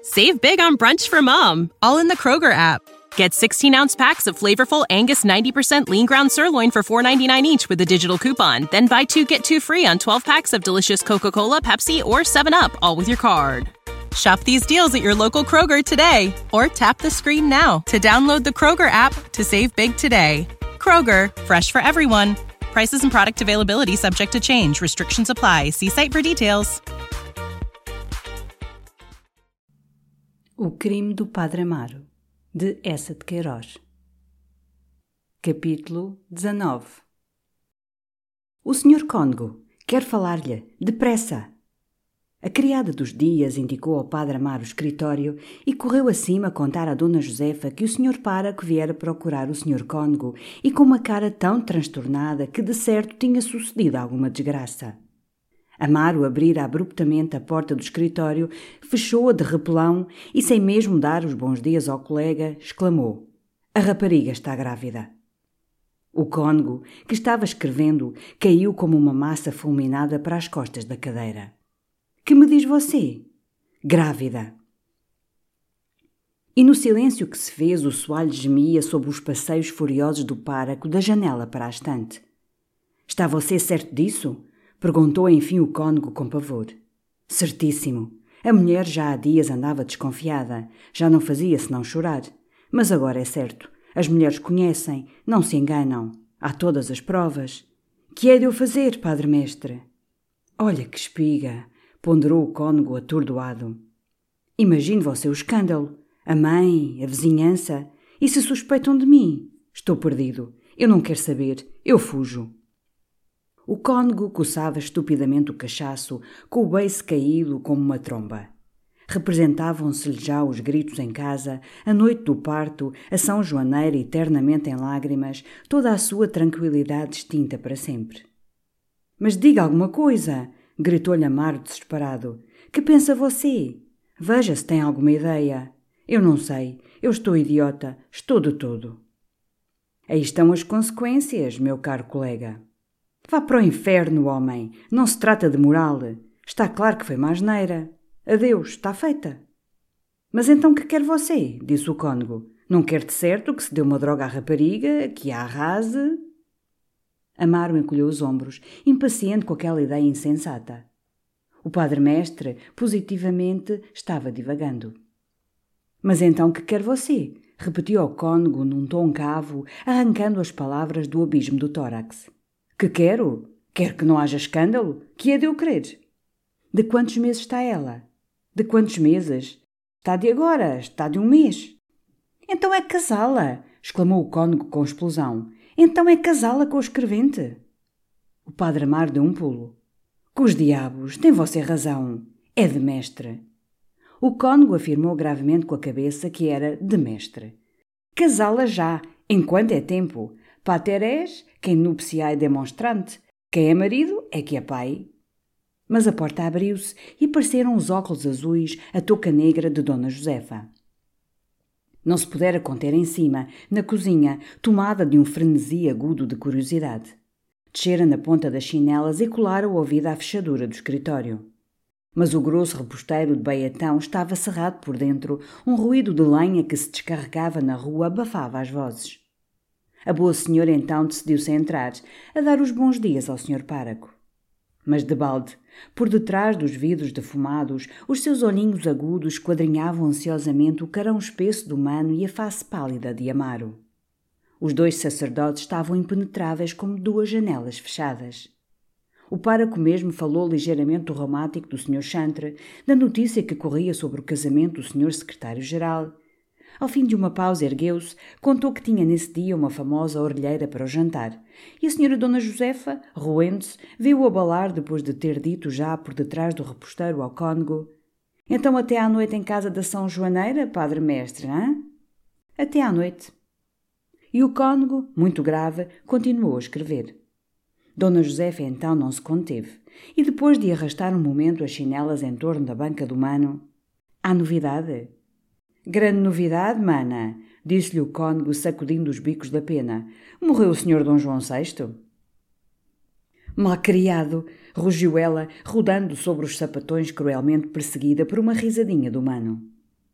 Save big on brunch for mom, all in the Kroger app. Get 16-ounce packs of flavorful Angus 90% lean ground sirloin for $4.99 each with a digital coupon. Then buy 2, get 2 free on 12 packs of delicious Coca-Cola, Pepsi, or 7-Up, all with your card. Shop these deals at your local Kroger today, or tap the screen now to download the Kroger app to save big today. Kroger, fresh for everyone. Prices and product availability subject to change. Restrictions apply. See site for details. O crime do Padre Amaro, de Eça de Queiroz. Capítulo 19. O Sr. Cônego quer falar-lhe, depressa! A criada dos dias indicou ao Padre Amaro o escritório e correu acima contar a Dona Josefa que o Sr. Páraco viera procurar o Sr. Cônego e com uma cara tão transtornada que de certo tinha sucedido alguma desgraça. Amaro abrira abruptamente a porta do escritório, fechou-a de repelão e, sem mesmo dar os bons dias ao colega, exclamou: "A rapariga está grávida." O cônego, que estava escrevendo, caiu como uma massa fulminada para as costas da cadeira. "Que me diz você?" "Grávida." E no silêncio que se fez, o soalho gemia sob os passeios furiosos do páraco da janela para a estante. "Está você certo disso?" perguntou enfim o cônego com pavor. "Certíssimo. A mulher já há dias andava desconfiada, já não fazia senão chorar. Mas agora é certo. As mulheres conhecem, não se enganam. Há todas as provas. Que é de eu fazer, Padre Mestre?" "Olha que espiga!" ponderou o cônego atordoado. "Imagine você o escândalo. A mãe, a vizinhança. E se suspeitam de mim? Estou perdido. Eu não quero saber. Eu fujo." O cônego coçava estupidamente o cachaço, com o beiço caído como uma tromba. Representavam-se-lhe já os gritos em casa, a noite do parto, a São Joaneira eternamente em lágrimas, toda a sua tranquilidade extinta para sempre. "Mas diga alguma coisa!" gritou-lhe Amaro desesperado. "Que pensa você? Veja se tem alguma ideia." "Eu não sei. Eu estou idiota. Estou de todo." "Aí estão as consequências, meu caro colega." "Vá para o inferno, homem. Não se trata de moral. Está claro que foi uma asneira. Adeus, está feita." "Mas então que quer você?" disse o cônego. "Não quer de certo que se dê uma droga à rapariga, que a arrase?" Amaro encolheu os ombros, impaciente com aquela ideia insensata. O Padre Mestre, positivamente, estava divagando. "Mas então que quer você?" repetiu o cônego num tom cavo, arrancando as palavras do abismo do tórax. "Que quero? Quero que não haja escândalo? Que é de eu querer?" "De quantos meses está ela?" "De quantos meses? Está de agora, está de um mês." "Então é casá-la!" exclamou o cônego com explosão. "Então é casá-la com o escrevente." O Padre Amaro deu um pulo. "Com os diabos, tem você razão. É de mestre." O cônego afirmou gravemente com a cabeça que era de mestre. "Casá-la já, enquanto é tempo. Pater és, quem nupciae demonstrante. Quem é marido é que é pai." Mas a porta abriu-se e apareceram os óculos azuis, a touca negra de Dona Josefa. Não se pudera conter em cima, na cozinha, tomada de um frenesi agudo de curiosidade. Descera na ponta das chinelas e colara o ouvido à fechadura do escritório. Mas o grosso reposteiro de beiatão estava cerrado por dentro, um ruído de lenha que se descarregava na rua abafava as vozes. A boa senhora então decidiu-se a entrar, a dar os bons dias ao Sr. Páraco. Mas debalde, por detrás dos vidros defumados, os seus olhinhos agudos esquadrinhavam ansiosamente o carão espesso do mano e a face pálida de Amaro. Os dois sacerdotes estavam impenetráveis como duas janelas fechadas. O páraco mesmo falou ligeiramente do reumático do Sr. Chantre, da notícia que corria sobre o casamento do Sr. Secretário-Geral. Ao fim de uma pausa ergueu-se, contou que tinha nesse dia uma famosa orelheira para o jantar, e a senhora Dona Josefa, roendo-se, viu-o abalar depois de ter dito já por detrás do reposteiro ao cônego: "Então até à noite em casa da São Joaneira, Padre Mestre, hã?" "Até à noite." E o cônego, muito grave, continuou a escrever. Dona Josefa então não se conteve, e depois de arrastar um momento as chinelas em torno da banca do mano: "Há novidade?" "Grande novidade, mana", disse-lhe o cônego sacudindo os bicos da pena. "Morreu o Sr. Dom João VI." "Malcriado", rugiu ela, rodando sobre os sapatões cruelmente perseguida por uma risadinha do mano.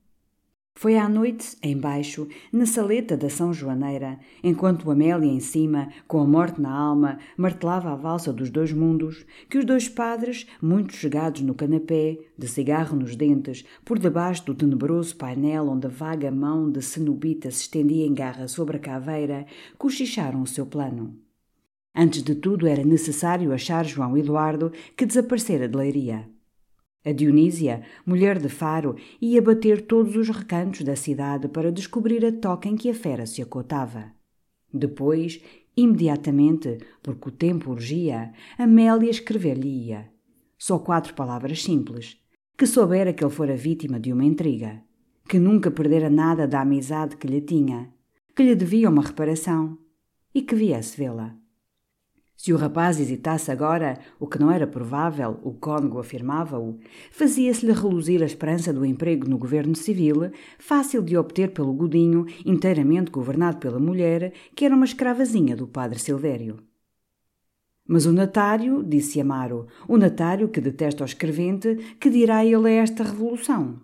Foi à noite, embaixo, na saleta da São Joaneira, enquanto Amélia em cima, com a morte na alma, martelava a valsa dos dois mundos, que os dois padres, muito chegados no canapé, de cigarro nos dentes, por debaixo do tenebroso painel onde a vaga mão de cenobita se estendia em garra sobre a caveira, cochicharam o seu plano. Antes de tudo era necessário achar João Eduardo, que desaparecera de Leiria. A Dionísia, mulher de Faro, ia bater todos os recantos da cidade para descobrir a toca em que a fera se acotava. Depois, imediatamente, porque o tempo urgia, Amélia escrever-lhe ia. Só 4 palavras simples. Que soubera que ele fora vítima de uma intriga. Que nunca perdera nada da amizade que lhe tinha. Que lhe devia uma reparação. E que viesse vê-la. Se o rapaz hesitasse agora, o que não era provável, o cônego afirmava-o, fazia-se-lhe reluzir a esperança do emprego no governo civil, fácil de obter pelo Godinho, inteiramente governado pela mulher, que era uma escravazinha do padre Silvério. Mas o notário, disse Amaro, o notário que detesta o escrevente, que dirá ele a esta revolução?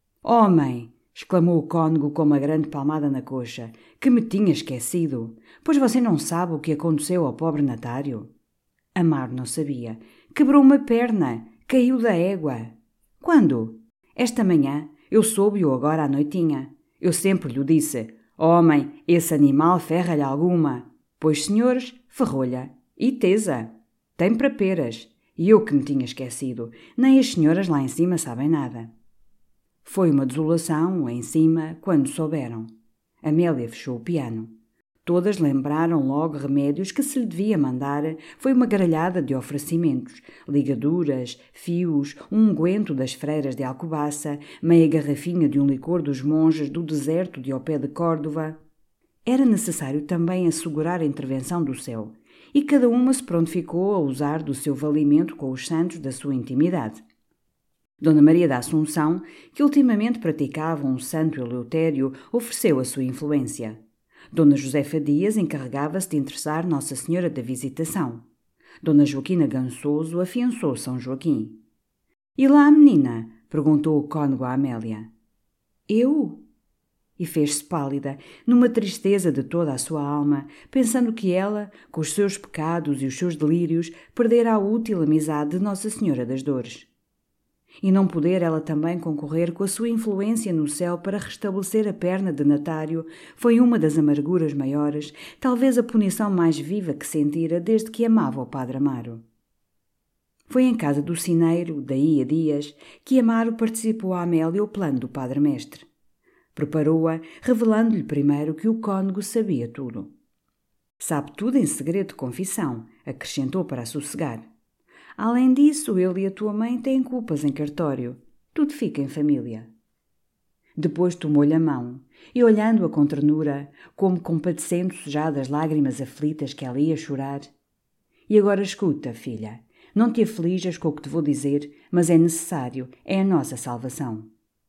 Homem! Exclamou o cônego com uma grande palmada na coxa. Que me tinha esquecido! Pois você não sabe o que aconteceu ao pobre notário? Amaro não sabia. Quebrou uma perna. Caiu da égua. Quando? Esta manhã. Eu soube-o agora à noitinha. Eu sempre lhe disse: homem, esse animal ferra-lhe alguma. Pois, senhores, ferrou-lhe. E tesa. Tem para peras. E eu que me tinha esquecido. Nem as senhoras lá em cima sabem nada. Foi uma desolação, em cima, quando souberam. Amélia fechou o piano. Todas lembraram logo remédios que se lhe devia mandar. Foi uma gargalhada de oferecimentos, ligaduras, fios, um unguento das freiras de Alcobaça, meia garrafinha de um licor dos monges do deserto de ao pé de Córdova. Era necessário também assegurar a intervenção do céu, e cada uma se prontificou a usar do seu valimento com os santos da sua intimidade. Dona Maria da Assunção, que ultimamente praticava um santo eleutério, ofereceu a sua influência. Dona Josefa Dias encarregava-se de interessar Nossa Senhora da Visitação. Dona Joaquina Gansoso afiançou São Joaquim. E lá, menina? Perguntou o cônego a Amélia. Eu? E fez-se pálida, numa tristeza de toda a sua alma, pensando que ela, com os seus pecados e os seus delírios, perdera a útil amizade de Nossa Senhora das Dores. E não poder ela também concorrer com a sua influência no céu para restabelecer a perna de Natário foi uma das amarguras maiores, talvez a punição mais viva que sentira desde que amava o padre Amaro. Foi em casa do sineiro, daí a dias, que Amaro participou a Amélia o plano do padre-mestre. Preparou-a, revelando-lhe primeiro que o cônego sabia tudo. Sabe tudo em segredo de confissão, acrescentou para a sossegar. Além disso, ele e a tua mãe têm culpas em cartório. Tudo fica em família. Depois tomou-lhe a mão e, olhando-a com ternura, como compadecendo-se já das lágrimas aflitas que ela ia chorar. E agora escuta, filha, não te aflijas com o que te vou dizer, mas é necessário, é a nossa salvação.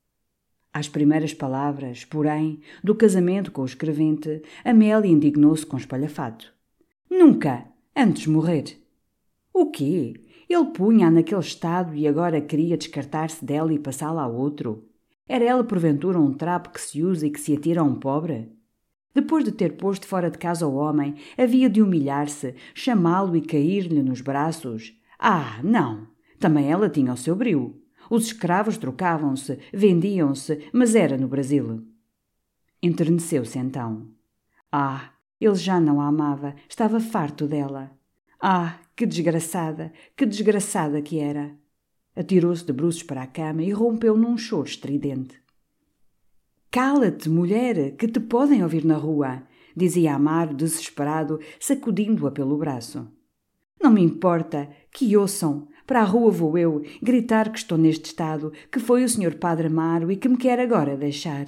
Às primeiras palavras, porém, do casamento com o escrevente, Amélia indignou-se com espalhafato. Nunca! Antes morrer! O quê? Ele punha-a naquele estado e agora queria descartar-se dela e passá-la a outro? Era ela, porventura, um trapo que se usa e que se atira a um pobre? Depois de ter posto fora de casa o homem, havia de humilhar-se, chamá-lo e cair-lhe nos braços? Ah, não! Também ela tinha o seu brio. Os escravos trocavam-se, vendiam-se, mas era no Brasil. Enterneceu-se então. Ah, ele já não a amava, estava farto dela. Ah, que desgraçada que era! Atirou-se de bruços para a cama e rompeu num choro estridente. Cala-te, mulher, que te podem ouvir na rua, dizia Amaro, desesperado, sacudindo-a pelo braço. Não me importa, que ouçam. Para a rua vou eu, gritar que estou neste estado, que foi o senhor padre Amaro e que me quer agora deixar.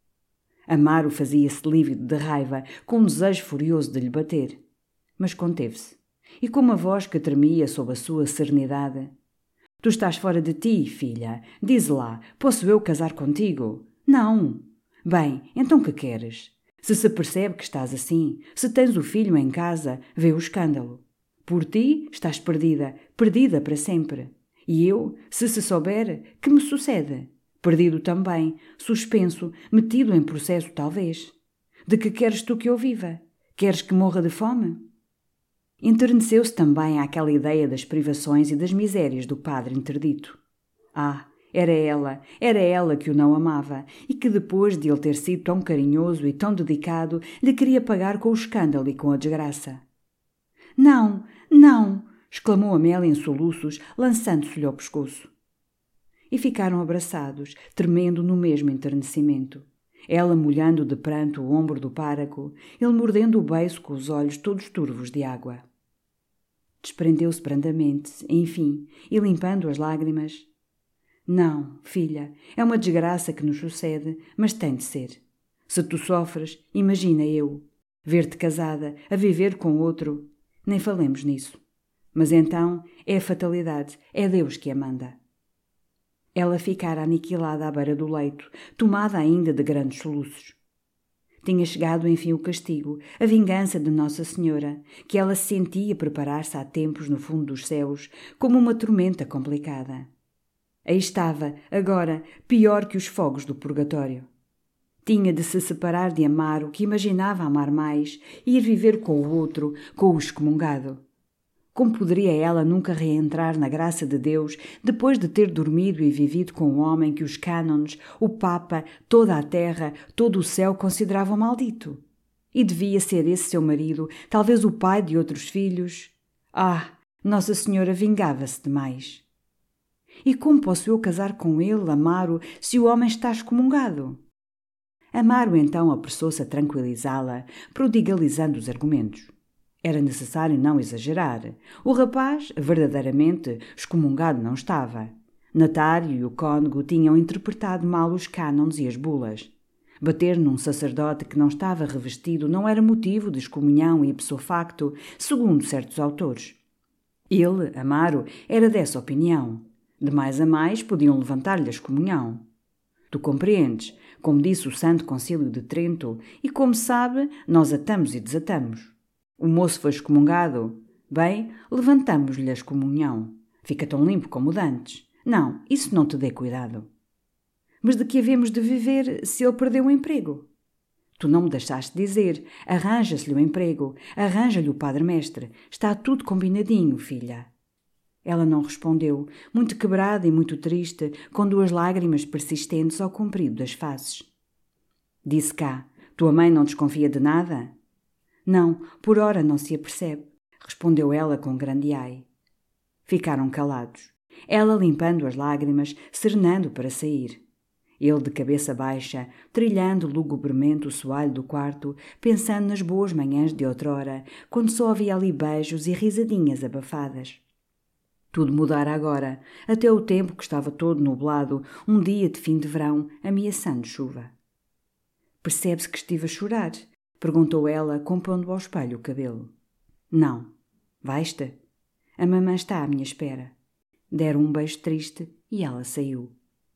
Amaro fazia-se lívido de raiva, com um desejo furioso de lhe bater. Mas conteve-se. E com uma voz que tremia sob a sua serenidade. Tu estás fora de ti, filha. Diz lá, posso eu casar contigo? Não. Bem, então que queres? Se percebe que estás assim, se tens o filho em casa, vê o escândalo. Por ti estás perdida, perdida para sempre. E eu, se souber, que me sucede? Perdido também, suspenso, metido em processo talvez. De que queres tu que eu viva? Queres que morra de fome? Enterneceu-se também àquela ideia das privações e das misérias do padre interdito. Ah, era ela que o não amava e que depois de ele ter sido tão carinhoso e tão dedicado, lhe queria pagar com o escândalo e com a desgraça. Não, não! Exclamou Amélia em soluços, lançando-se-lhe ao pescoço. E ficaram abraçados, tremendo no mesmo enternecimento. Ela molhando de pranto o ombro do pároco, ele mordendo o beiço com os olhos todos turvos de água. Desprendeu-se brandamente, enfim, e limpando as lágrimas. Não, filha, é uma desgraça que nos sucede, mas tem de ser. Se tu sofres, imagina eu. Ver-te casada, a viver com outro. Nem falemos nisso. Mas então é a fatalidade, é Deus que a manda. Ela ficara aniquilada à beira do leito, tomada ainda de grandes soluços. Tinha chegado enfim o castigo, a vingança de Nossa Senhora, que ela sentia preparar-se há tempos no fundo dos céus, como uma tormenta complicada. Aí estava, agora, pior que os fogos do purgatório. Tinha de se separar de Amaro, que imaginava amar mais, e ir viver com o outro, com o excomungado. Como poderia ela nunca reentrar na graça de Deus depois de ter dormido e vivido com um homem que os cânones, o Papa, toda a terra, todo o céu consideravam maldito? E devia ser esse seu marido, talvez o pai de outros filhos? Ah, Nossa Senhora vingava-se demais. E como posso eu casar com ele, Amaro, se o homem está excomungado? Amaro então apressou-se a tranquilizá-la, prodigalizando os argumentos. Era necessário não exagerar. O rapaz, verdadeiramente, excomungado não estava. Natário e o cônego tinham interpretado mal os cânones e as bulas. Bater num sacerdote que não estava revestido não era motivo de excomunhão ipso facto, segundo certos autores. Ele, Amaro, era dessa opinião. De mais a mais podiam levantar-lhe a excomunhão. Tu compreendes, como disse o Santo Concílio de Trento, e como sabe, nós atamos e desatamos. O moço foi excomungado. Bem, levantamos-lhe a excomunhão. Fica tão limpo como dantes. Não, isso não te dê cuidado. Mas de que havemos de viver se ele perdeu o emprego? Tu não me deixaste dizer. Arranja-se-lhe o emprego. Arranja-lhe o padre-mestre. Está tudo combinadinho, filha. Ela não respondeu, muito quebrada e muito triste, com duas lágrimas persistentes ao comprido das faces. Disse cá, tua mãe não desconfia de nada? Não, por ora não se apercebe, respondeu ela com grande ai. Ficaram calados. Ela limpando as lágrimas, serenando para sair. Ele de cabeça baixa, trilhando lugubremente o soalho do quarto, pensando nas boas manhãs de outrora, quando só havia ali beijos e risadinhas abafadas. Tudo mudara agora, até o tempo que estava todo nublado, um dia de fim de verão, ameaçando chuva. Percebe-se que estive a chorar? Perguntou ela, compondo ao espelho o cabelo. Não. Vais-te? A mamã está à minha espera. Deram um beijo triste e ela saiu.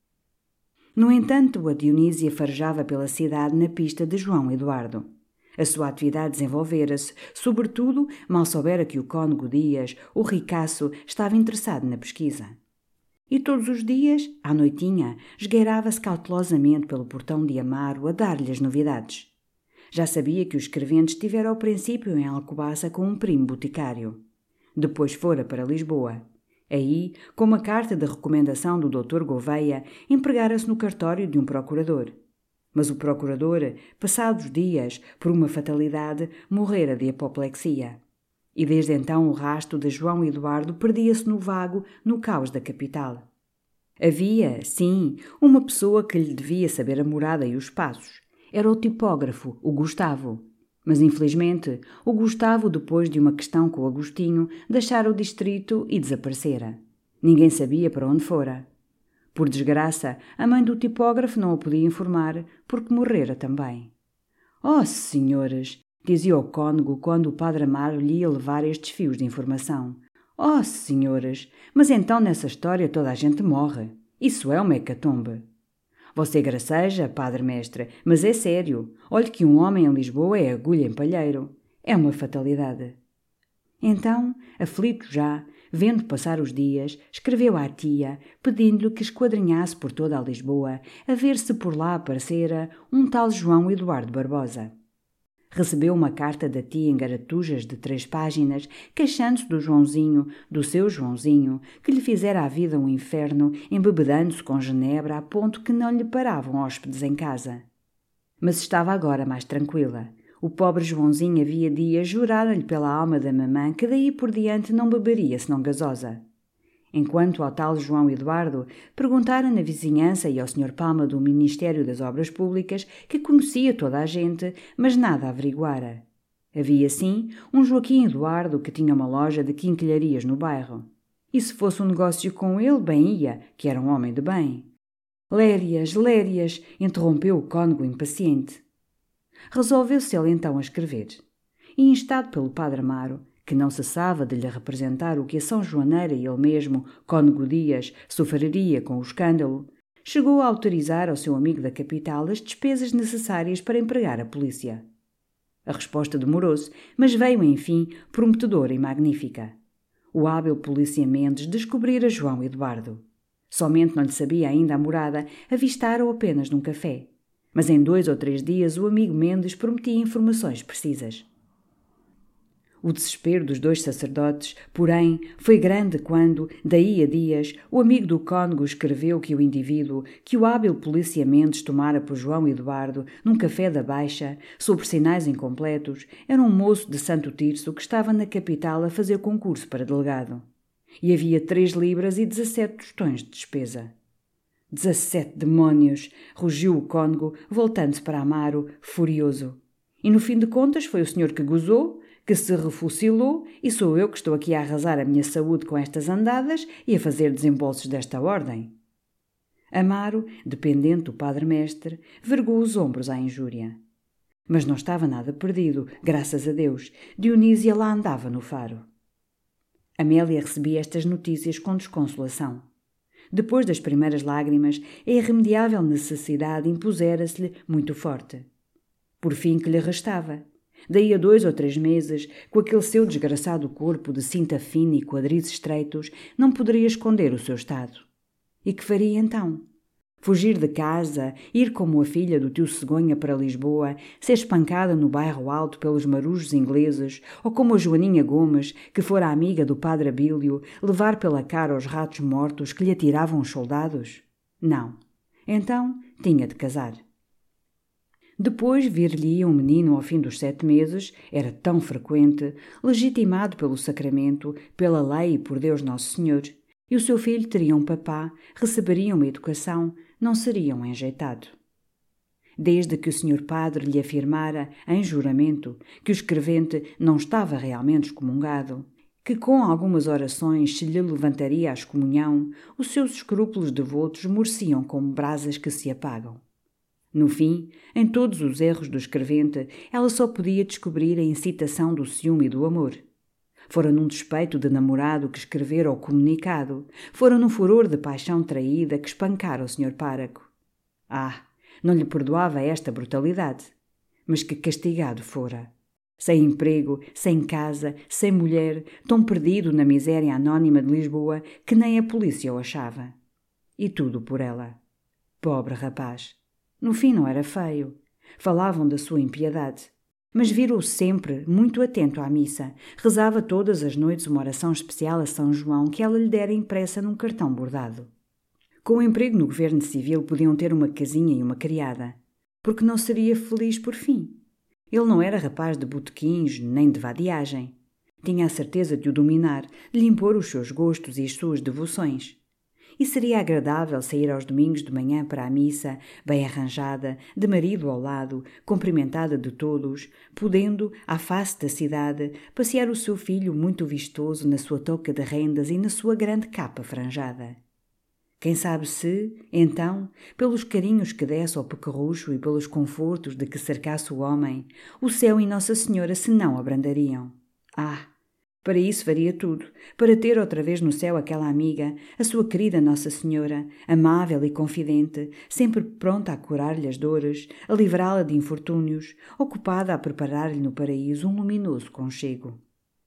No entanto, a Dionísia farejava pela cidade na pista de João Eduardo. A sua atividade desenvolvera-se, sobretudo, mal soubera que o cônego Dias, o ricaço, estava interessado na pesquisa. E todos os dias, à noitinha, esgueirava-se cautelosamente pelo portão de Amaro a dar-lhe as novidades. Já sabia que o escrevente estivera ao princípio em Alcobaça com um primo boticário. Depois fora para Lisboa. Aí, com uma carta de recomendação do Dr. Gouveia, empregara-se no cartório de um procurador. Mas o procurador, passados dias, por uma fatalidade, morrera de apoplexia. E desde então o rastro de João Eduardo perdia-se no vago, no caos da capital. Havia, sim, uma pessoa que lhe devia saber a morada e os passos. Era o tipógrafo, o Gustavo. Mas, infelizmente, o Gustavo, depois de uma questão com o Agostinho, deixara o distrito e desaparecera. Ninguém sabia para onde fora. Por desgraça, a mãe do tipógrafo não o podia informar, porque morrera também. «Oh, senhores!» dizia o cônego quando o padre Amaro lhe ia levar estes fios de informação. «Oh, senhores! Mas então nessa história toda a gente morre. Isso é uma hecatombe!» «Você graceja, padre-mestre, mas é sério. Olhe que um homem em Lisboa é agulha em palheiro. É uma fatalidade.» Então, aflito já, Vendo passar os dias, escreveu à tia, pedindo-lhe que esquadrinhasse por toda a Lisboa, a ver se por lá aparecera um tal João Eduardo Barbosa. Recebeu uma carta da tia em garatujas de 3 páginas, queixando-se do Joãozinho, do seu Joãozinho, que lhe fizera a vida um inferno, embebedando-se com genebra a ponto que não lhe paravam hóspedes em casa. Mas estava agora mais tranquila. O pobre Joãozinho havia dias jurara-lhe pela alma da mamã que daí por diante não beberia senão gasosa. Enquanto ao tal João Eduardo, perguntara na vizinhança e ao Sr. Palma do Ministério das Obras Públicas, que conhecia toda a gente, mas nada averiguara. Havia, sim, um Joaquim Eduardo que tinha uma loja de quinquilharias no bairro. E se fosse um negócio com ele, bem ia, que era um homem de bem. Lérias, lérias, interrompeu o cônego impaciente. Resolveu-se ele então a escrever. E instado pelo padre Amaro, que não cessava de lhe representar o que a São Joaneira e ele mesmo, cônego Dias, sofreria com o escândalo, chegou a autorizar ao seu amigo da capital as despesas necessárias para empregar a polícia. A resposta demorou-se, mas veio, enfim, prometedora e magnífica. O hábil polícia Mendes descobrira João Eduardo. Somente não lhe sabia ainda a morada, avistara-o apenas num café. Mas em 2 ou 3 dias o amigo Mendes prometia informações precisas. O desespero dos 2 sacerdotes, porém, foi grande quando, daí a dias, o amigo do cônego escreveu que o indivíduo, que o hábil polícia Mendes tomara por João Eduardo, num café da Baixa, sob sinais incompletos, era um moço de Santo Tirso que estava na capital a fazer concurso para delegado. E havia 3 libras e 17 tostões de despesa. 17 demónios! Rugiu o cônego, voltando-se para Amaro, furioso. E no fim de contas foi o senhor que gozou, que se refucilou, e sou eu que estou aqui a arrasar a minha saúde com estas andadas e a fazer desembolsos desta ordem. Amaro, dependente do padre-mestre, vergou os ombros à injúria. Mas não estava nada perdido, graças a Deus. Dionísia lá andava no faro. Amélia recebia estas notícias com desconsolação. Depois das primeiras lágrimas, a irremediável necessidade impusera-se-lhe muito forte. Por fim que lhe restava. Daí a 2 ou 3 meses, com aquele seu desgraçado corpo de cinta fina e quadris estreitos, não poderia esconder o seu estado. E que faria então? Fugir de casa, ir como a filha do tio Cegonha para Lisboa, ser espancada no bairro alto pelos marujos ingleses, ou como a Joaninha Gomes, que fora amiga do padre Abílio, levar pela cara os ratos mortos que lhe atiravam os soldados? Não. Então tinha de casar. Depois vir-lhe-ia um menino ao fim dos 7 meses, era tão frequente, legitimado pelo sacramento, pela lei e por Deus Nosso Senhor, e o seu filho teria um papá, receberia uma educação, não seria um enjeitado. Desde que o senhor padre lhe afirmara, em juramento, que o escrevente não estava realmente excomungado, que com algumas orações se lhe levantaria a excomunhão, os seus escrúpulos devotos morciam como brasas que se apagam. No fim, em todos os erros do escrevente, ela só podia descobrir a incitação do ciúme e do amor. Fora num despeito de namorado que escrevera o comunicado, fora num furor de paixão traída que espancara o senhor pároco. Ah, não lhe perdoava esta brutalidade. Mas que castigado fora! Sem emprego, sem casa, sem mulher, tão perdido na miséria anónima de Lisboa que nem a polícia o achava. E tudo por ela. Pobre rapaz! No fim não era feio. Falavam da sua impiedade. Mas virou sempre muito atento à missa. Rezava todas as noites uma oração especial a São João que ela lhe dera impressa num cartão bordado. Com o emprego no governo civil podiam ter uma casinha e uma criada. Porque não seria feliz por fim. Ele não era rapaz de botequins nem de vadiagem. Tinha a certeza de o dominar, de lhe impor os seus gostos e as suas devoções. E seria agradável sair aos domingos de manhã para a missa, bem arranjada, de marido ao lado, cumprimentada de todos, podendo, à face da cidade, passear o seu filho muito vistoso na sua touca de rendas e na sua grande capa franjada. Quem sabe se, então, pelos carinhos que desse ao pequerrucho e pelos confortos de que cercasse o homem, o céu e Nossa Senhora se não abrandariam. Ah! Para isso faria tudo, para ter outra vez no céu aquela amiga, a sua querida Nossa Senhora, amável e confidente, sempre pronta a curar-lhe as dores, a livrá-la de infortúnios, ocupada a preparar-lhe no paraíso um luminoso conchego.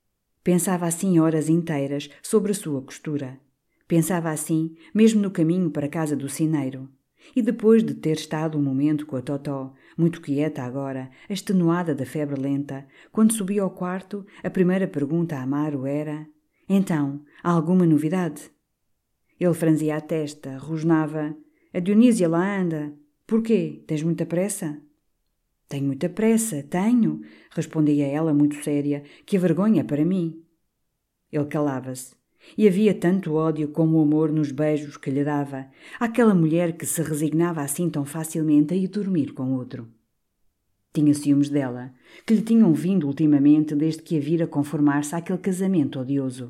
Pensava assim horas inteiras sobre a sua costura. Pensava assim, mesmo no caminho para a casa do sineiro. E depois de ter estado um momento com a Totó, muito quieta agora, extenuada da febre lenta, quando subiu ao quarto, a primeira pergunta a Amaro era: então, há alguma novidade? Ele franzia a testa, rosnava: a Dionísia lá anda. Porquê? Tens muita pressa? Tenho muita pressa, tenho, respondia ela muito séria, que a vergonha para mim. Ele calava-se. E havia tanto ódio como amor nos beijos que lhe dava, àquela mulher que se resignava assim tão facilmente a ir dormir com outro. Tinha ciúmes dela, que lhe tinham vindo ultimamente desde que a vira conformar-se àquele casamento odioso.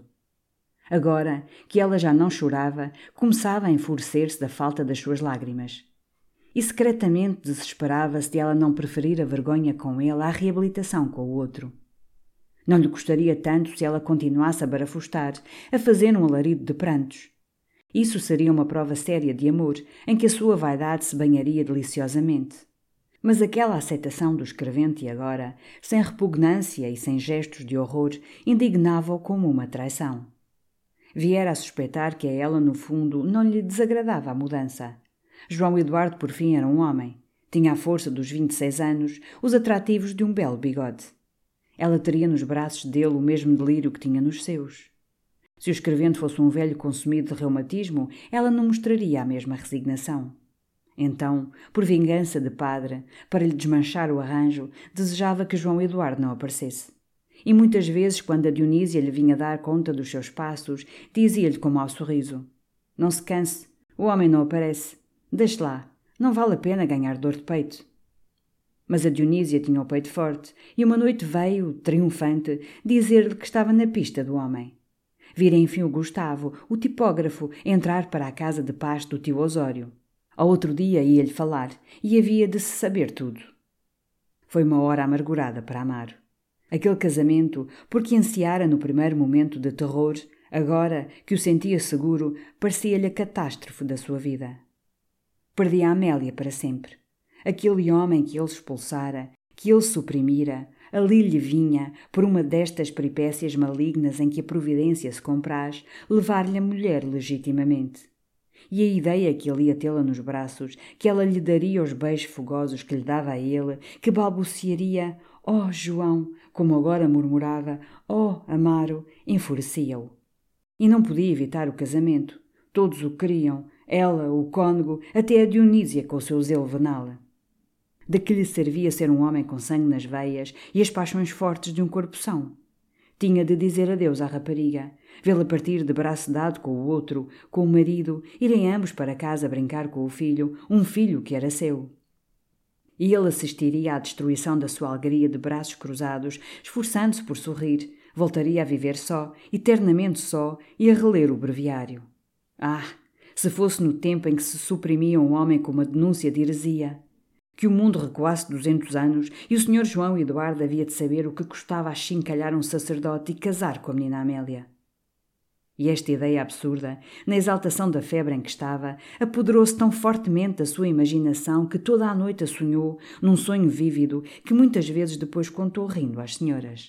Agora que ela já não chorava, começava a enfurecer-se da falta das suas lágrimas. E secretamente desesperava-se de ela não preferir a vergonha com ele à reabilitação com o outro. Não lhe gostaria tanto se ela continuasse a barafustar, a fazer um alarido de prantos. Isso seria uma prova séria de amor, em que a sua vaidade se banharia deliciosamente. Mas aquela aceitação do escrevente agora, sem repugnância e sem gestos de horror, indignava-o como uma traição. Viera a suspeitar que a ela, no fundo, não lhe desagradava a mudança. João Eduardo, por fim, era um homem. Tinha a força dos 26 anos, os atrativos de um belo bigode. Ela teria nos braços dele o mesmo delírio que tinha nos seus. Se o escrevente fosse um velho consumido de reumatismo, ela não mostraria a mesma resignação. Então, por vingança de padre, para lhe desmanchar o arranjo, desejava que João Eduardo não aparecesse. E muitas vezes, quando a Dionísia lhe vinha dar conta dos seus passos, dizia-lhe com mau sorriso: não se canse, o homem não aparece. Deixe lá, não vale a pena ganhar dor de peito. Mas a Dionísia tinha o peito forte e uma noite veio, triunfante, dizer-lhe que estava na pista do homem. Vira enfim o Gustavo, o tipógrafo, entrar para a casa de paz do tio Osório. Ao outro dia ia-lhe falar e havia de se saber tudo. Foi uma hora amargurada para Amaro. Aquele casamento, porque ansiara no primeiro momento de terror, agora que o sentia seguro, parecia-lhe a catástrofe da sua vida. Perdia a Amélia para sempre. Aquele homem que ele expulsara, que ele suprimira, ali lhe vinha, por uma destas peripécias malignas em que a providência se compraz, levar-lhe a mulher legitimamente. E a ideia que ele ia tê-la nos braços, que ela lhe daria os beijos fogosos que lhe dava a ele, que balbuciaria: oh, João, como agora murmurava, oh, Amaro, enfurecia-o. E não podia evitar o casamento. Todos o queriam, ela, o cônego, até a Dionísia com o seu zelo venal. De que lhe servia ser um homem com sangue nas veias e as paixões fortes de um corpo são? Tinha de dizer adeus à rapariga, vê-la partir de braço dado com o outro, com o marido, irem ambos para casa brincar com o filho, um filho que era seu. E ele assistiria à destruição da sua alegria de braços cruzados, esforçando-se por sorrir, voltaria a viver só, eternamente só, e a reler o breviário. Ah, se fosse no tempo em que se suprimia um homem com uma denúncia de heresia! Que o mundo recuasse 200 anos e o Sr. João Eduardo havia de saber o que custava achincalhar um sacerdote e casar com a menina Amélia. E esta ideia absurda, na exaltação da febre em que estava, apoderou-se tão fortemente da sua imaginação que toda a noite a sonhou, num sonho vívido, que muitas vezes depois contou rindo às senhoras.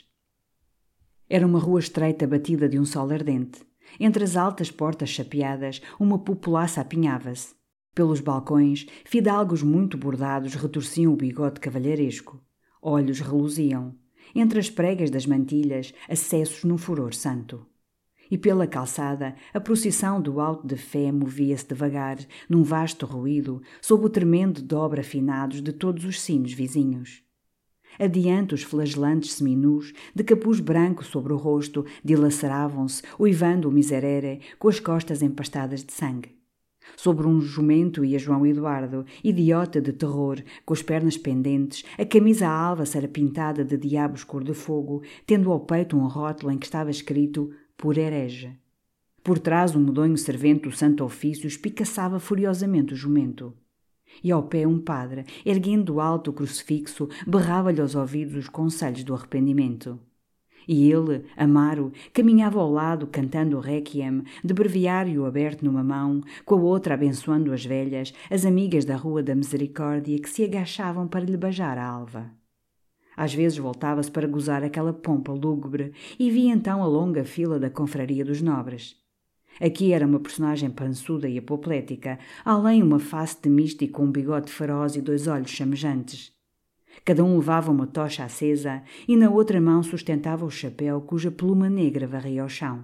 Era uma rua estreita batida de um sol ardente. Entre as altas portas chapeadas, uma populaça apinhava-se. Pelos balcões, fidalgos muito bordados retorciam o bigode cavalheiresco. Olhos reluziam. Entre as pregas das mantilhas, acessos num furor santo. E pela calçada, a procissão do alto de fé movia-se devagar, num vasto ruído, sob o tremendo dobre afinados de todos os sinos vizinhos. Adiante os flagelantes seminus, de capuz branco sobre o rosto, dilaceravam-se, uivando o miserere, com as costas empastadas de sangue. Sobre um jumento ia João Eduardo, idiota de terror, com as pernas pendentes, a camisa alva sarapintada de diabos cor-de-fogo, tendo ao peito um rótulo em que estava escrito por herege. Por trás um medonho servente do Santo Ofício espicaçava furiosamente o jumento. E ao pé um padre, erguendo alto o crucifixo, berrava-lhe aos ouvidos os conselhos do arrependimento. E ele, Amaro, caminhava ao lado cantando o Requiem, de breviário aberto numa mão, com a outra abençoando as velhas, as amigas da Rua da Misericórdia que se agachavam para lhe beijar a alva. Às vezes voltava-se para gozar aquela pompa lúgubre e via então a longa fila da confraria dos nobres. Aqui era uma personagem pançuda e apoplética, além uma face de místico com um bigode feroz e 2 olhos chamejantes. Cada um levava uma tocha acesa e na outra mão sustentava o chapéu cuja pluma negra varria ao chão.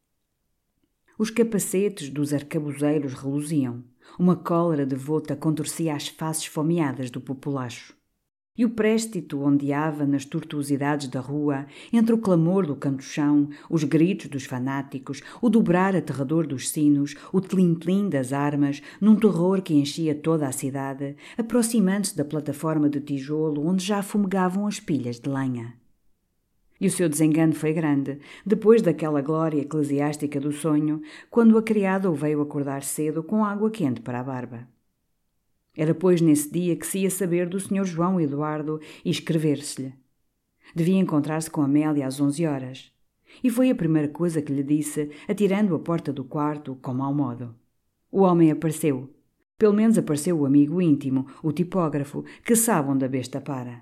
Os capacetes dos arcabuzeiros reluziam. Uma cólera devota contorcia as faces fomeadas do populacho. E o préstito ondeava nas tortuosidades da rua, entre o clamor do canto-chão, os gritos dos fanáticos, o dobrar aterrador dos sinos, o tlim-tlim das armas, num terror que enchia toda a cidade, aproximando-se da plataforma de tijolo onde já fumegavam as pilhas de lenha. E o seu desengano foi grande, depois daquela glória eclesiástica do sonho, quando a criada o veio acordar cedo com água quente para a barba. Era, pois, nesse dia que se ia saber do Sr. João Eduardo e escrever-se-lhe. Devia encontrar-se com Amélia às 11 horas. E foi a primeira coisa que lhe disse, atirando a porta do quarto, com mau modo. O homem apareceu. Pelo menos apareceu o amigo íntimo, o tipógrafo, que sabe onde a besta para.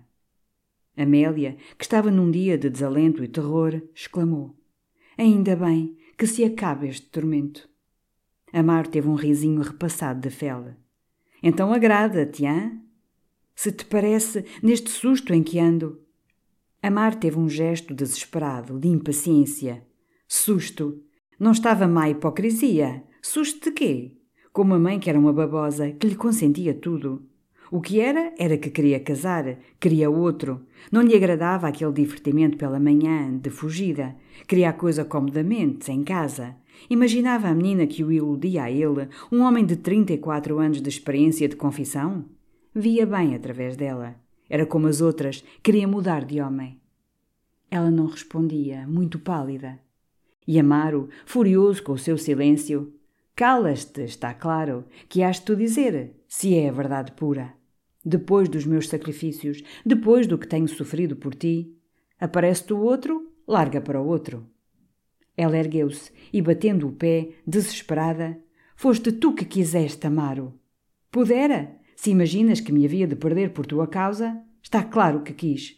Amélia, que estava num dia de desalento e terror, exclamou: "Ainda bem que se acabe este tormento." Amaro teve um risinho repassado de fel. "Então agrada-te, hã? Se te parece, neste susto em que ando." Amaro teve um gesto desesperado, de impaciência. "Susto? Não estava má hipocrisia? Susto de quê? Como a mãe que era uma babosa, que lhe consentia tudo. O que era que queria casar, queria outro. Não lhe agradava aquele divertimento pela manhã, de fugida. Queria a coisa comodamente, em casa. Imaginava a menina que o iludia a ele, um homem de 34 anos de experiência de confissão? Via bem através dela. Era como as outras, queria mudar de homem. Ela não respondia, muito pálida. E Amaro, furioso com o seu silêncio: "Calas-te, está claro, que has de tu dizer, se é a verdade pura. Depois dos meus sacrifícios, depois do que tenho sofrido por ti, aparece-te o outro, larga para o outro." Ela ergueu-se e, batendo o pé, desesperada: "Foste tu que quiseste, Amaro." "Pudera, se imaginas que me havia de perder por tua causa, está claro que quis."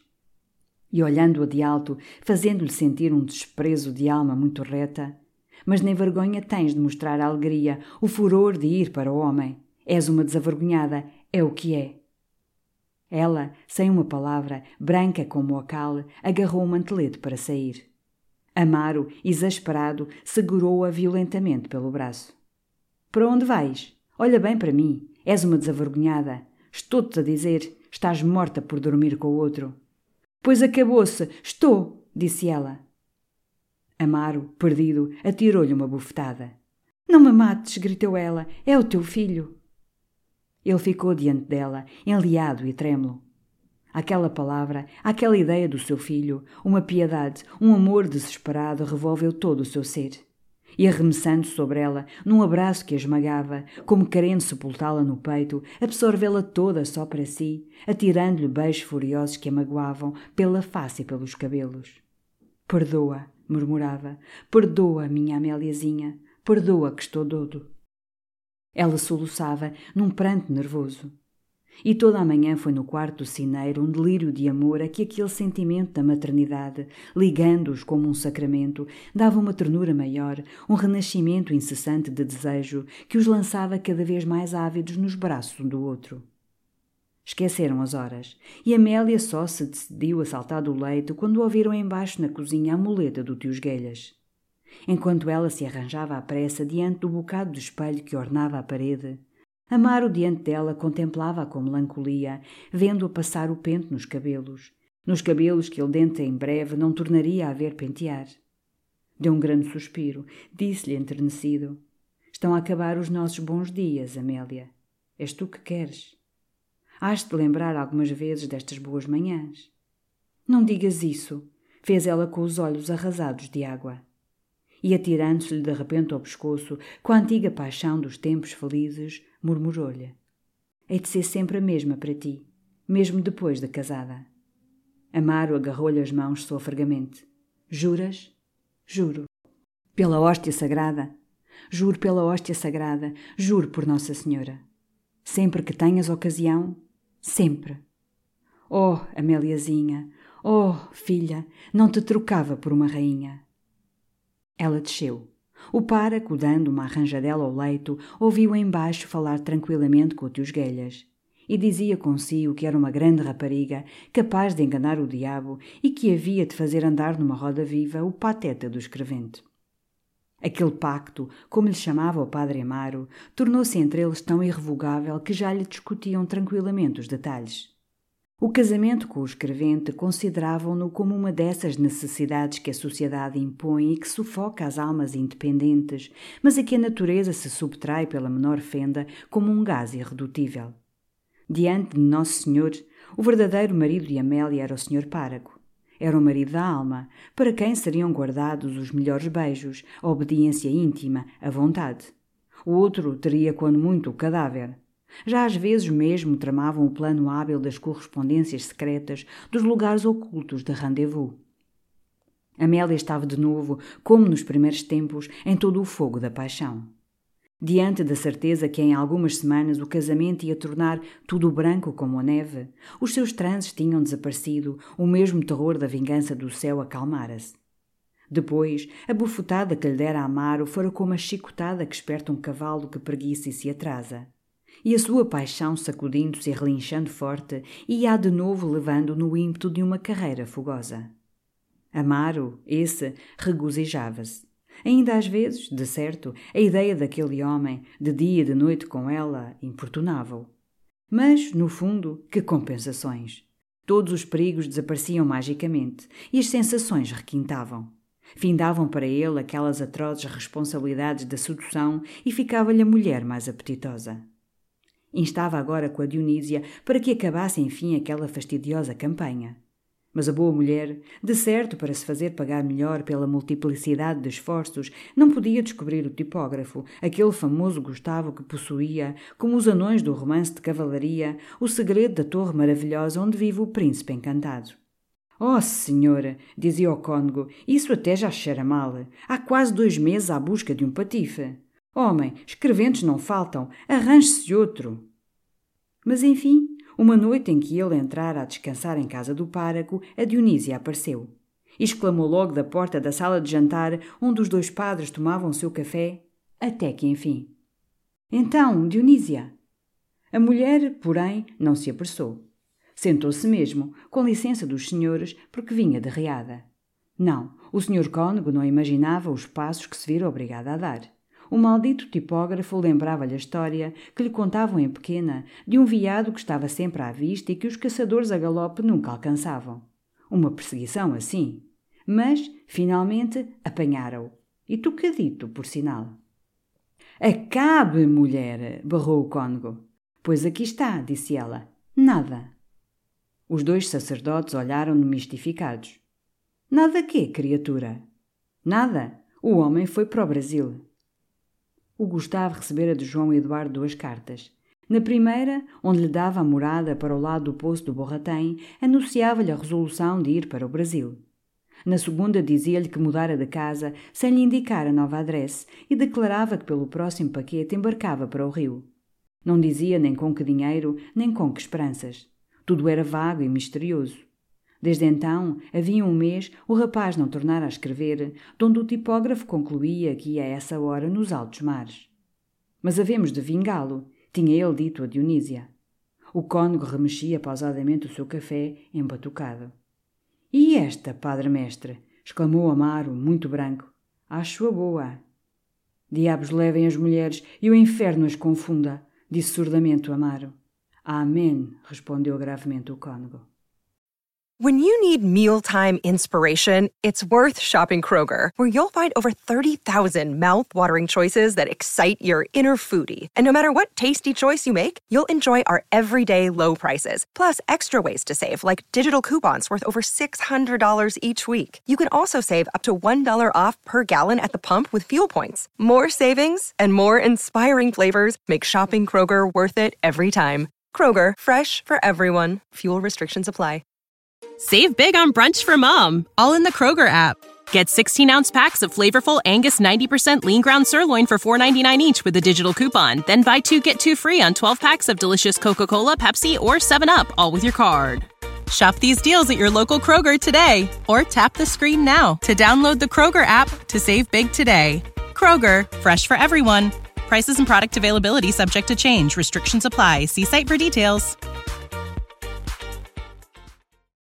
E olhando-a de alto, fazendo-lhe sentir um desprezo de alma muito reta: "Mas nem vergonha tens de mostrar a alegria, o furor de ir para o homem. És uma desavergonhada, é o que é." Ela, sem uma palavra, branca como o cal, agarrou o mantelete para sair. Amaro, exasperado, segurou-a violentamente pelo braço. "Para onde vais? Olha bem para mim. És uma desavergonhada. Estou-te a dizer, estás morta por dormir com o outro." "Pois acabou-se. Estou," disse ela. Amaro, perdido, atirou-lhe uma bufetada. "Não me mates," gritou ela. "É o teu filho." Ele ficou diante dela, enleado e trêmulo. Aquela palavra, aquela ideia do seu filho, uma piedade, um amor desesperado revolveu todo o seu ser. E arremessando sobre ela, num abraço que a esmagava, como querendo sepultá-la no peito, absorvê-la toda só para si, atirando-lhe beijos furiosos que a magoavam pela face e pelos cabelos. "Perdoa," murmurava, "perdoa, minha Améliazinha, perdoa que estou dodo." Ela soluçava num pranto nervoso. E toda a manhã foi no quarto do sineiro um delírio de amor a que aquele sentimento da maternidade, ligando-os como um sacramento, dava uma ternura maior, um renascimento incessante de desejo que os lançava cada vez mais ávidos nos braços um do outro. Esqueceram as horas, e Amélia só se decidiu a saltar do leito quando ouviram embaixo na cozinha a muleta do tio Esguelhas. Enquanto ela se arranjava à pressa diante do bocado de espelho que ornava a parede, Amaro diante dela contemplava-a com melancolia, vendo-a passar o pente nos cabelos que ele dentro em breve não tornaria a ver pentear. Deu um grande suspiro, disse-lhe enternecido: "Estão a acabar os nossos bons dias, Amélia. És tu que queres. Hás-de lembrar algumas vezes destas boas manhãs." "Não digas isso," fez ela com os olhos arrasados de água. E atirando-se-lhe de repente ao pescoço, com a antiga paixão dos tempos felizes, murmurou-lhe: "Hei de ser sempre a mesma para ti, mesmo depois de casada." Amaro agarrou-lhe as mãos sofregamente. "Juras?" "Juro." "Pela hóstia sagrada?" "Juro pela hóstia sagrada, juro por Nossa Senhora." "Sempre que tenhas ocasião?" "Sempre." "Oh, Améliazinha, Oh, filha, não te trocava por uma rainha. Ela desceu. O páraco, dando uma arranjadela ao leito, ouviu embaixo falar tranquilamente com o tio Esguelhas. E dizia consigo que era uma grande rapariga, capaz de enganar o diabo e que havia de fazer andar numa roda viva o pateta do escrevente. Aquele pacto, como lhe chamava o padre Amaro, tornou-se entre eles tão irrevogável que já lhe discutiam tranquilamente os detalhes. O casamento com o escrevente consideravam-no como uma dessas necessidades que a sociedade impõe e que sufoca as almas independentes, mas a que a natureza se subtrai pela menor fenda como um gás irredutível. Diante de Nosso Senhor, o verdadeiro marido de Amélia era o Senhor Páraco. Era o marido da alma, para quem seriam guardados os melhores beijos, a obediência íntima, a vontade. O outro teria, quando muito, o cadáver. Já às vezes mesmo tramavam o plano hábil das correspondências secretas, dos lugares ocultos de rendezvous. Amélia estava de novo, como nos primeiros tempos, em todo o fogo da paixão. Diante da certeza que em algumas semanas o casamento ia tornar tudo branco como a neve, os seus transes tinham desaparecido, o mesmo terror da vingança do céu acalmara-se. Depois, a bufetada que lhe dera Amaro fora como a chicotada que esperta um cavalo que preguiça e se atrasa. E a sua paixão, sacudindo-se e relinchando forte, ia de novo levando no ímpeto de uma carreira fogosa. Amaro, esse, regozijava-se. Ainda às vezes, de certo, a ideia daquele homem, de dia e de noite com ela, importunava-o. Mas, no fundo, que compensações! Todos os perigos desapareciam magicamente e as sensações requintavam. Findavam para ele aquelas atrozes responsabilidades da sedução e ficava-lhe a mulher mais apetitosa. Instava agora com a Dionísia para que acabasse enfim aquela fastidiosa campanha. Mas a boa mulher, de certo para se fazer pagar melhor pela multiplicidade de esforços, não podia descobrir o tipógrafo, aquele famoso Gustavo que possuía, como os anões do romance de cavalaria, o segredo da torre maravilhosa onde vive o príncipe encantado. «Oh, senhora!» dizia o cônego, «isso até já cheira mal. Há quase 2 meses à busca de um patife. Homem, escreventes não faltam, arranje-se outro!» Mas, enfim, uma noite em que ele entrara a descansar em casa do páraco, a Dionísia apareceu. Exclamou logo da porta da sala de jantar, onde os 2 padres tomavam o seu café, até que enfim. «Então, Dionísia?» A mulher, porém, não se apressou. Sentou-se mesmo, com licença dos senhores, porque vinha derreada. Não, o senhor cônego não imaginava os passos que se vira obrigada a dar. O maldito tipógrafo lembrava-lhe a história que lhe contavam em pequena de um veado que estava sempre à vista e que os caçadores a galope nunca alcançavam. Uma perseguição assim. Mas, finalmente, apanharam-o. E tocadito, por sinal. «Acabe, mulher!» berrou o cônego. «Pois aqui está», disse ela. «Nada». Os 2 sacerdotes olharam-no mistificados. «Nada quê, criatura?» «Nada. O homem foi para o Brasil». O Gustavo recebera de João Eduardo 2 cartas. Na primeira, onde lhe dava a morada para o lado do Poço do Borratem, anunciava-lhe a resolução de ir para o Brasil. Na segunda, dizia-lhe que mudara de casa sem lhe indicar a nova adresse e declarava que pelo próximo paquete embarcava para o Rio. Não dizia nem com que dinheiro, nem com que esperanças. Tudo era vago e misterioso. Desde então, havia 1 mês, o rapaz não tornara a escrever, donde o tipógrafo concluía que ia a essa hora nos altos mares. Mas havemos de vingá-lo, tinha ele dito a Dionísia. O cônego remexia pausadamente o seu café, embatucado. «E esta, padre-mestre?» exclamou Amaro, muito branco. «Acho-a boa». «Diabos levem as mulheres e o inferno as confunda», disse surdamente o Amaro. «Amém», respondeu gravemente o cônego. When you need mealtime inspiration, it's worth shopping Kroger, where you'll find over 30,000 mouth-watering choices that excite your inner foodie. And no matter what tasty choice you make, you'll enjoy our everyday low prices, plus extra ways to save, like digital coupons worth over $600 each week. You can also save up to $1 off per gallon at the pump with fuel points. More savings and more inspiring flavors make shopping Kroger worth it every time. Kroger, fresh for everyone. Fuel restrictions apply. Save big on brunch for mom, all in the Kroger app. Get 16-ounce packs of flavorful Angus 90% lean ground sirloin for $4.99 each with a digital coupon. Then buy 2, get 2 free on 12 packs of delicious Coca-Cola, Pepsi, or 7-Up, all with your card. Shop these deals at your local Kroger today, or tap the screen now to download the Kroger app to save big today. Kroger, fresh for everyone. Prices and product availability subject to change. Restrictions apply. See site for details.